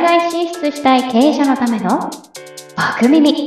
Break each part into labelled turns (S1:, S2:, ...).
S1: 外進出したい経営者のためのバク耳。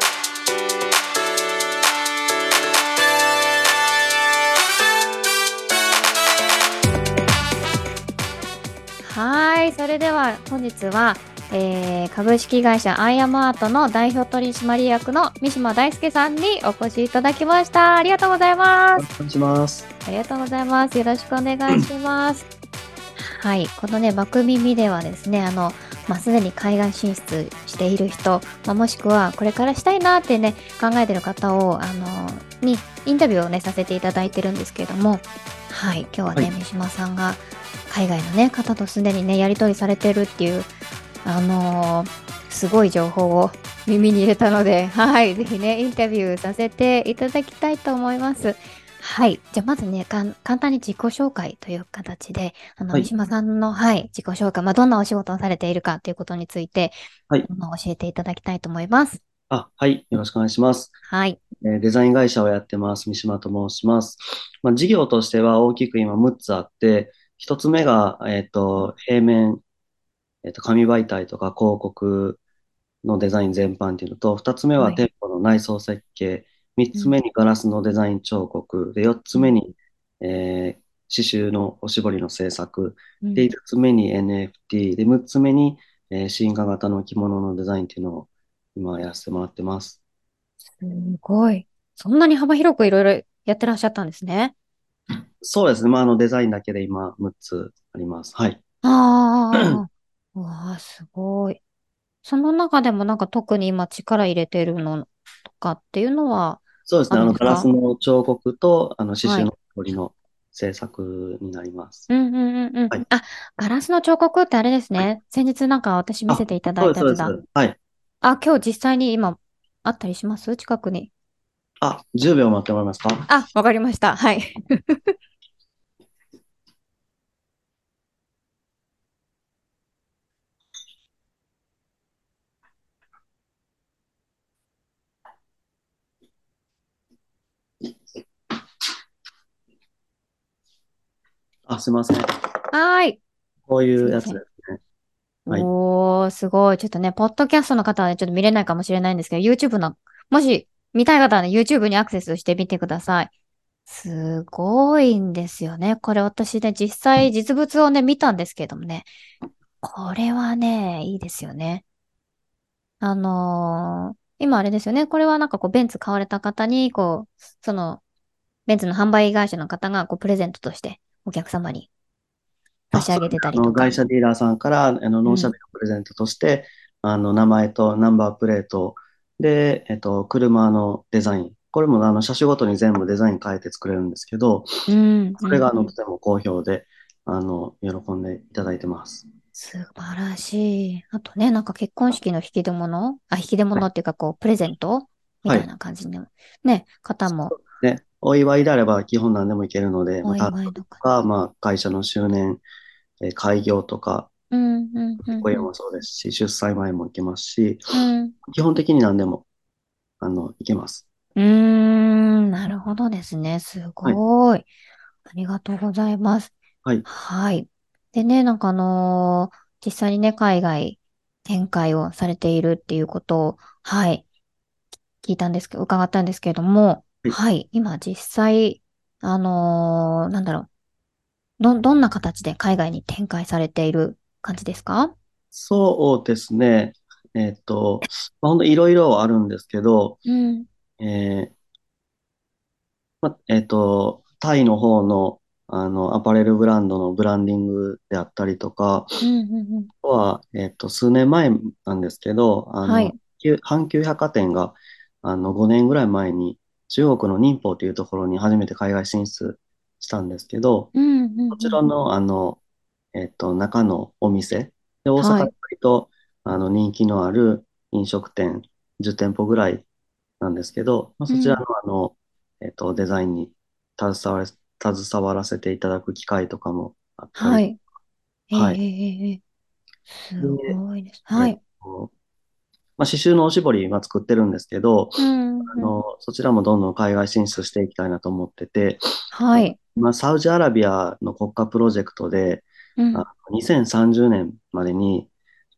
S1: はい、それでは本日は、株式会社アイアムアートの代表取締役の三島大輔さんにお越しいただきました。ありがとうございます。
S2: お願いします。
S1: ありがとうございます。よろしくお願いします。はい、このね、バク耳ではですね、すでに海外進出している人、もしくはこれからしたいなってね、考えてる方を、にインタビューをね、させていただいてるんですけども、はい、今日はね、三島さんが海外のね、方とすでにね、やり取りされてるっていう、すごい情報を耳に入れたので、はい、ぜひね、インタビューさせていただきたいと思います。はい。じゃあ、まずね、簡単に自己紹介という形で、三
S2: はい。
S1: 島さんの、はい、自己紹介、どんなお仕事をされているかということについて、
S2: はい。
S1: 教えていただきたいと思います。
S2: はい。よろしくお願いします。
S1: はい。
S2: デザイン会社をやってます。三島と申します。事業としては大きく今6つあって、1つ目が、平面、紙媒体とか広告のデザイン全般っていうのと、2つ目は
S1: はい。
S2: 店舗の内装設計、3
S1: うん。
S2: つ目にガラスのデザイン彫刻、で、4
S1: うん。
S2: つ目に、刺繍のおしぼりの制作、で、
S1: うん。
S2: 5つ目に NFT、で、6つ目に、進化型の着物のデザインっていうのを今やらせてもらってます。
S1: すごい。そんなに幅広くいろいろやってらっしゃったんですね。
S2: そうですね。デザインだけで今6つあります。はい。
S1: ああ、うわあ、すごい。その中でもなんか特に今力入れてるのとかっていうのはあ
S2: そうですね。ガラス
S1: るんですか？
S2: の彫刻と、刺
S1: はい。
S2: 繍の彫りの制作になります。
S1: うんうんうんうん。
S2: はい。
S1: あ、ガラスの彫刻ってあれです
S2: はい。
S1: ね。先日なんか私見せていただ
S2: そうです、
S1: いたやつだ。
S2: そうです。はい。
S1: あ、今日実際に今あったりします近くに？
S2: 10秒待ってもらえますか？
S1: あ、わかりました。はい。
S2: すいません。
S1: はーい。
S2: こういうやつで
S1: すいません。
S2: すね。はい。
S1: おー、すごい。ちょっとね、ポッドキャストの方はね、ちょっと見れないかもしれないんですけど、YouTube の、もし見たい方はね、YouTube にアクセスしてみてください。すごいんですよね。これ私ね、実際実物をね、見たんですけどもね。これはね、いいですよね。今あれですよね。これはなんかこう、ベンツ買われた方に、こう、ベンツの販売会社の方が、こう、プレゼントとしてお客様に差し上
S2: そうですね。
S1: げてたりとか。
S2: 会社ディーラーさんから、納車
S1: うん。
S2: 日のプレゼントとして、名前とナンバープレートで、車のデザイン。これも、車種ごとに全部デザイン変えて作れるんですけど、
S1: うん、うん、
S2: それが、
S1: うん。
S2: とても好評で、喜んでいただいてます。
S1: 素晴らしい。あとね、なんか結婚式の引き出
S2: はい。
S1: 物っていうか、こう、プレゼントみたい
S2: はい。
S1: な感じのね、方も
S2: ね、お祝いであれば基本何でもいけるので、
S1: お
S2: 誕生
S1: 祝いとか。
S2: 日とか、会社の周年、開業とか、
S1: うん、うん、うん、うん。
S2: 結婚祝いもそうですし、出産前もいけますし、
S1: うん。
S2: 基本的に何でも、いけます。
S1: うーん、なるほどですね。す
S2: はい。
S1: ごい。ありがとうございます。
S2: はい。
S1: はい。でね、なんか実際にね、海外展開をされているっていうことを、はい、伺ったんですけれども、
S2: はい。
S1: はい、今実際、なんだろう、どんな形で海外に展開されている感じですか？
S2: そうですね。本当いろいろあるんですけど、
S1: うん、
S2: えタイの方の、アパレルブランドのブランディングであったりとか、
S1: うん、うん、うん。
S2: あとは、数年前なんですけど、
S1: はい。
S2: 阪急百貨店が、5年ぐらい前に中国の寧波というところに初めて海外進出したんですけど、
S1: うん、うん、
S2: こ
S1: うん。
S2: ちらの、中のお店、で、大阪で
S1: はい。
S2: 割と、人気のある飲食店10店舗ぐらいなんですけど、そちら
S1: うん。
S2: の、デザインに携わらせていただく機会とかもあったり、
S1: はい。
S2: はい。
S1: す
S2: で、
S1: ごいです。
S2: えっ
S1: はい。
S2: と、刺繍のおしぼり今作ってるんですけど、
S1: うん、うん。
S2: そちらもどんどん海外進出していきたいなと思ってて、
S1: はい。
S2: サウジアラビアの国家プロジェクトで、
S1: うん。
S2: 2030年までに、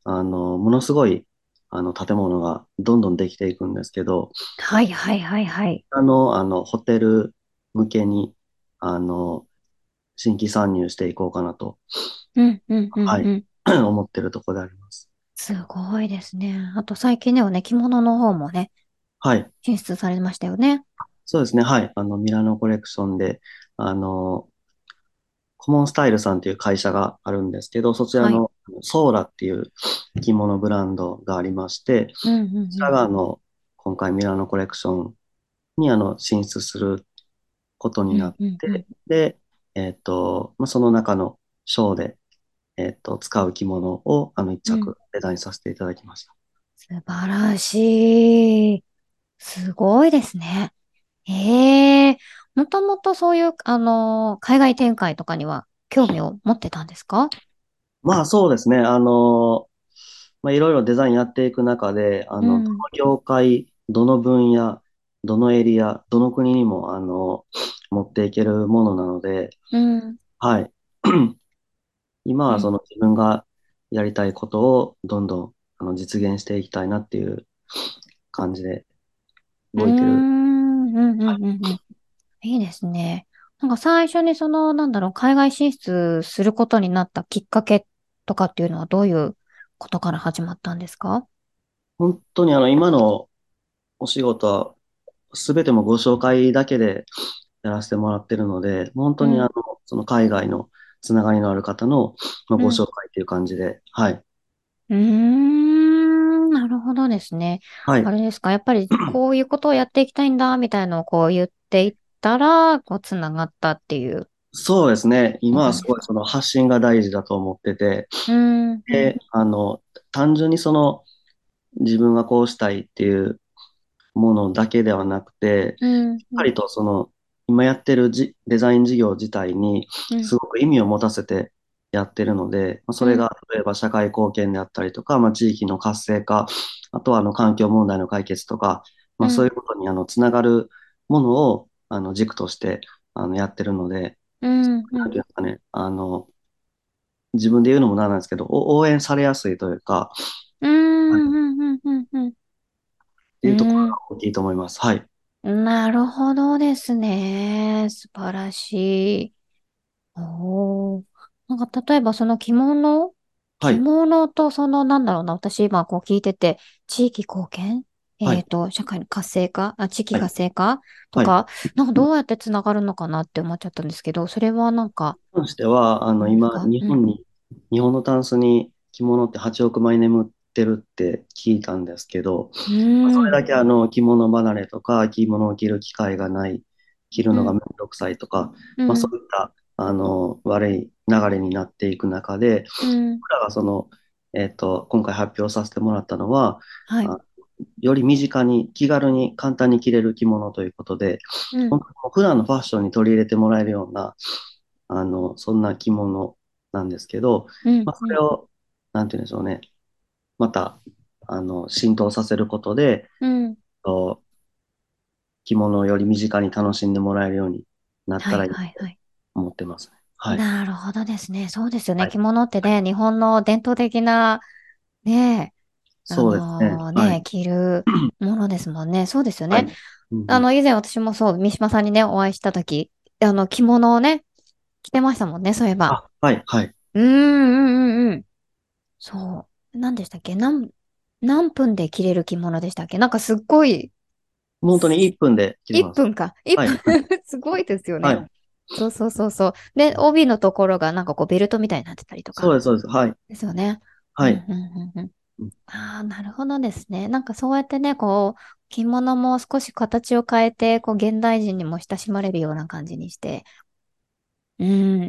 S2: ものすごい、建物がどんどんできていくんですけど、
S1: はいはいはいはい。
S2: ホテル向けに、あの、新規参入していこうかなと、
S1: うんうんうん
S2: はい、
S1: うん。
S2: 思ってるところであります。
S1: すごいですね。あと最近ではね、着物の方もね、
S2: はい。
S1: 進出されましたよね。
S2: そうですね。はい。ミラノコレクションで、あの、コモンスタイルさんという会社があるんですけど、そちら
S1: はい。
S2: のソーラっていう着物ブランドがありまして、こ
S1: うんうんうん。
S2: ちらが今回ミラノコレクションに進出することに
S1: うん
S2: なっ
S1: うんうん。
S2: て、で、その中のショーで、使う着物を一
S1: うん。
S2: 着デザインさせていただきました。
S1: 素晴らしい。すごいですね。ええ、もともとそういう、海外展開とかには興味を持ってたんですか？
S2: まあそうですね。いろいろデザインやっていく中で、どの
S1: うん、
S2: 業界、どの分野、どのエリア、どの国にも、持っていけるものなので、
S1: うん、
S2: はい。今
S1: うん、
S2: はその自分がやりたいことをどんどん実現していきたいなっていう感じで
S1: うー
S2: 動いてる。
S1: ん、うん、うん、うん。うん、いいですね。なんか最初に海外進出することになったきっかけとかっていうのはどういうことから始まったんですか？
S2: 本当に今のお仕事は全てもご紹介だけでやらせてもらってるので、本当に
S1: うん、
S2: その海外のつながりのある方の、
S1: うん。
S2: ご紹介っていう感じで、はい。
S1: うーん、なるほどですね。
S2: はい。
S1: あれですか、やっぱりこういうことをやっていきたいんだ、みたいなのをこう言っていったら、こう、つながったっていう
S2: そうですね。今はす
S1: ことなんですか？
S2: ごいその発信が大事だと思ってて、
S1: うーん、うん、
S2: で、単純にその自分がこうしたいっていうものだけではなくて、
S1: うん、
S2: しっかりとその今やってるデザイン事業自体に
S1: うん、
S2: すごく意味を持たせてやってるので、そ
S1: うん、
S2: れが例えば社会貢献であったりとか、地域の活性化、あとは環境問題の解決とか、
S1: うん、
S2: そういうことにつながるものを軸としてやってるので、
S1: うん、うん、
S2: なんていうんですかね、自分で言うのもなんなんですけど、応援されやすいというか、
S1: う
S2: はい、っ
S1: ん、うん、うん、うん、
S2: ていうところ
S1: うん。
S2: が大きいと思います。はい。
S1: なるほどですね。素晴らしい。おー。なんか例えばその着
S2: はい。
S1: 物と私今こう聞いてて、地域貢献
S2: はい。
S1: 社会の活性化地域
S2: はい。
S1: 活性化と
S2: はい。
S1: か、なんかどうやってつながるのかなって思っちゃったんですけど、それはなんか、
S2: 関しては、今、
S1: なんですか？うん。
S2: 日本のタンスに着物って8億枚眠ってるって聞いたんですけど、
S1: うーん。
S2: それだけ着物離れとか、着物を着る機会がない、着る
S1: うん。
S2: のがめんどくさいとか、
S1: うん。
S2: そういった、悪い流れになっていく中で、
S1: うん。
S2: 僕らが今回発表させてもらったのは、
S1: はい。
S2: あより身近に、気軽に、簡単に着れる着物ということで、
S1: うん。
S2: 本当にもう普段のファッションに取り入れてもらえるような、そんな着物なんですけど、
S1: うん。うん。
S2: それを、なんて言うんでしょうね、また、浸透させることで、
S1: うん。
S2: と着物をより身近に楽しんでもらえるようになっ
S1: はい。
S2: たらいいと
S1: はい。はい。
S2: 思ってますね。はい。
S1: なるほどですね。そうですよね。
S2: はい。
S1: 着物ってね、日本の伝統的な、ね、
S2: そうですね。はい。
S1: 着るものですもんね。そうですよね。
S2: はい。うんうん。
S1: 以前私もそう、三島さんにね、お会いしたとき、着物をね、着てましたもんね、そういえば。
S2: あ、はい、はい。
S1: うーん、うん、うん、うん。そう。何でしたっけ？何分で着れる着物でしたっけ？なんかすっごい、
S2: 本当に1分で着れ
S1: 1
S2: ます。
S1: 分か。1
S2: はい、はい、
S1: 分すごいですよね。
S2: はい。
S1: そうそうそうそう。で、帯のところがなんかこうベルトみたいになってたりとか。
S2: そうです、そうです。はい、
S1: ですよね。うん、
S2: はい。
S1: うん、うん、うん。
S2: うん、
S1: ああ、なるほどですね。なんかそうやってね、こう、着物も少し形を変えて、こう、現代人にも親しまれるような感じにして、うん、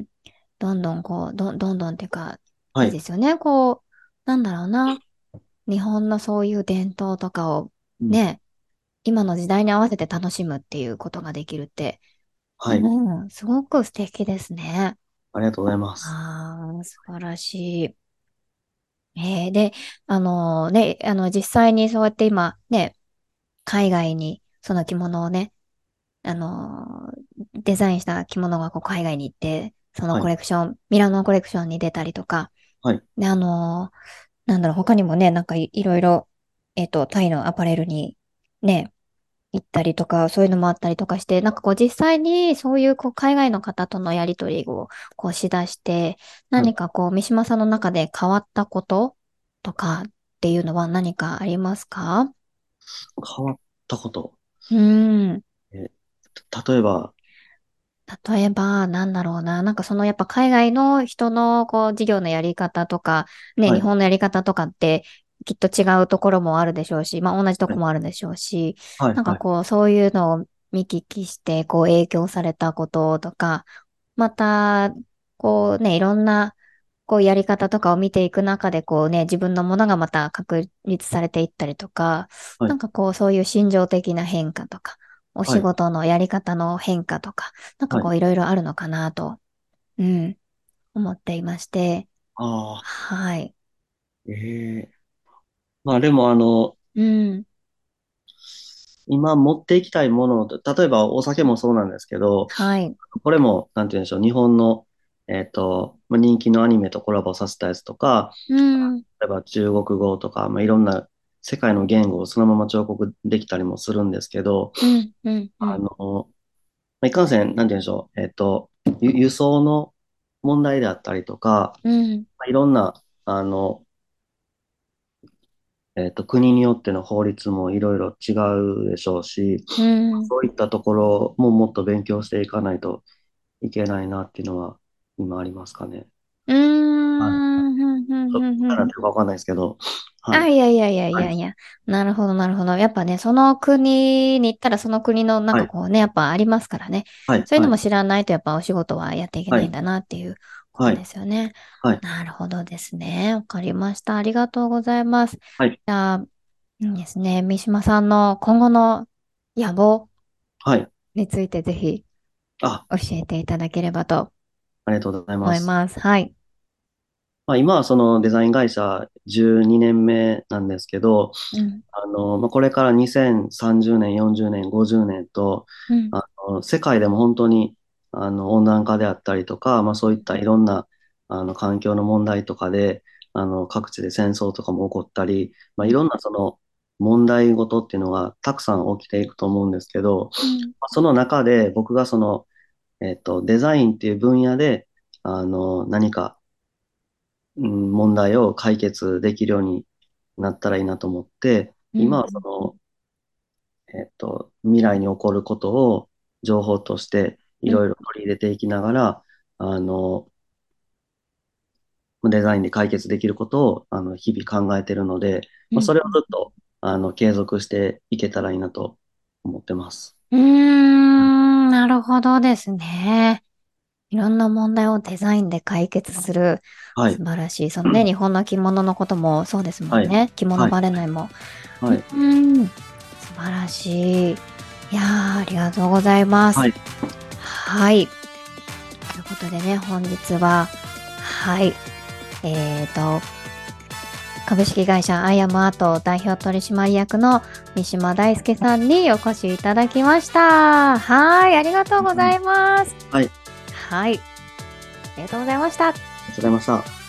S1: どんどんこう、どんどんっていうか、
S2: はい。
S1: いいですよね。こう、なんだろうな。日本のそういう伝統とかを
S2: うん、
S1: ね、今の時代に合わせて楽しむっていうことができるって、
S2: はい。
S1: うん、すごく素敵ですね。
S2: ありがとうございます。
S1: ああ、素晴らしい。で、実際にそうやって今ね、海外にその着物をね、デザインした着物がこう海外に行って、その
S2: はい、
S1: コレクション、ミラノコレクションに出たりとか、
S2: はい、
S1: で、 なんだろう、他にもね、なんかいろいろ、タイのアパレルにね、行ったりとか、そういうのもあったりとかして、なんかこう実際にそういうこう海外の方とのやりとりをこうしだして、
S2: はい。
S1: 何かこう三島さんの中で変わったこととかっていうのは何かありますか？
S2: 変わったこと。
S1: うーん。
S2: え、例えば、
S1: 例えば、なんだろうな。なんかそのやっぱ海外の人のこう事業のやり方とか、ね、
S2: はい、
S1: 日本のやり方とかってきっと違うところもあるでしょうし、まあ同じと
S2: はい、
S1: こもあるでしょうし、
S2: はい、はい、
S1: なんかこうそういうのを見聞きしてこう影響されたこととか、また、こうね、いろんなこうやり方とかを見ていく中でこうね、自分のものがまた確立されていったりとか、
S2: はい、
S1: なんかこうそういう心情的な変化とか、お仕
S2: はい、
S1: 事のやり方の変化とか、なんか
S2: はい。
S1: こういろいろあるのかなと、うん、思っていまして。
S2: ああ、
S1: はい。
S2: ええ、まあでも
S1: うん。
S2: 今持っていきたいもの、例えばお酒もそうなんですけど、
S1: はい。
S2: これも、なんて言うんでしょう、日本の、まあ人気のアニメとコラボさせたやつとか、
S1: うん。
S2: 例えば中国語とか、まあ、いろんな世界の言語をそのまま彫刻できたりもするんですけど、
S1: うん。うん。う
S2: あ
S1: ん。
S2: の、まあいかんせん、なんて言うんでしょう、輸送の問題であったりとか、
S1: うん。
S2: まあいろんな、国によっての法律もいろいろ違うでしょうし、
S1: うん。
S2: そういったところももっと勉強していかないといけないなっていうのは今ありますかね。
S1: うー
S2: はい。
S1: ん。うん。うん。
S2: ちょっと
S1: うん。うん。
S2: なんていうかわかんないですけど、は
S1: あ、
S2: い。
S1: いやいやいやい
S2: はい。
S1: やいや。なるほど、なるほど。やっぱね、その国に行ったらその国のなん
S2: はい。
S1: かこうね、やっぱありますからね。
S2: はい。はい。
S1: そういうのも知らないとやっぱお仕事はやっていけ
S2: はい。
S1: ないんだなっていうことで
S2: はい。
S1: すよね。
S2: はい。
S1: なるほどですね。わかりました。ありがとうございます。じ
S2: はい。
S1: ゃあ、いいですね。三島さんの今後の野望
S2: はい。
S1: についてぜひ
S2: あ、
S1: 教えていただければと
S2: ありがとうございます。
S1: 思います。はい。
S2: まあ、今はそのデザイン会社12年目なんですけど、
S1: うん。
S2: まあ、これから2030年、40年、50年と、
S1: うん。
S2: 世界でも本当に温暖化であったりとか、まあ、そういったいろんな環境の問題とかで各地で戦争とかも起こったり、まあ、いろんなその問題ごとっていうのがたくさん起きていくと思うんですけど、
S1: うん。
S2: まあその中で僕がその、デザインっていう分野で何か、問題を解決できるようになったらいいなと思って、
S1: うん。
S2: 今はその未来に起こることを情報としてい
S1: うん。
S2: ろいろ取り入れていきながら、あの、デザインで解決できることを日々考えているので、まあ、そ
S1: うん。
S2: れをずっと継続していけたらいいなと思ってます。
S1: うーん、なるほどですね。いろんな問題をデザインで解決する。
S2: はい。
S1: 素晴らしい。そのね、日本の着物のこともそうですも
S2: はい。
S1: んね。着物
S2: はい。
S1: バレないも。う
S2: はい。
S1: ーん、素晴らしい。いやー、ありがとうございます。
S2: はい。
S1: はい。ということでね、本日は、はい。えーと、株式会社アイアムアート代表取締役の三島大輔さんにお越しいただきました。はい、ありがとうございます。
S2: はい。あり
S1: はい、ありがとうございました。
S2: がとうございました。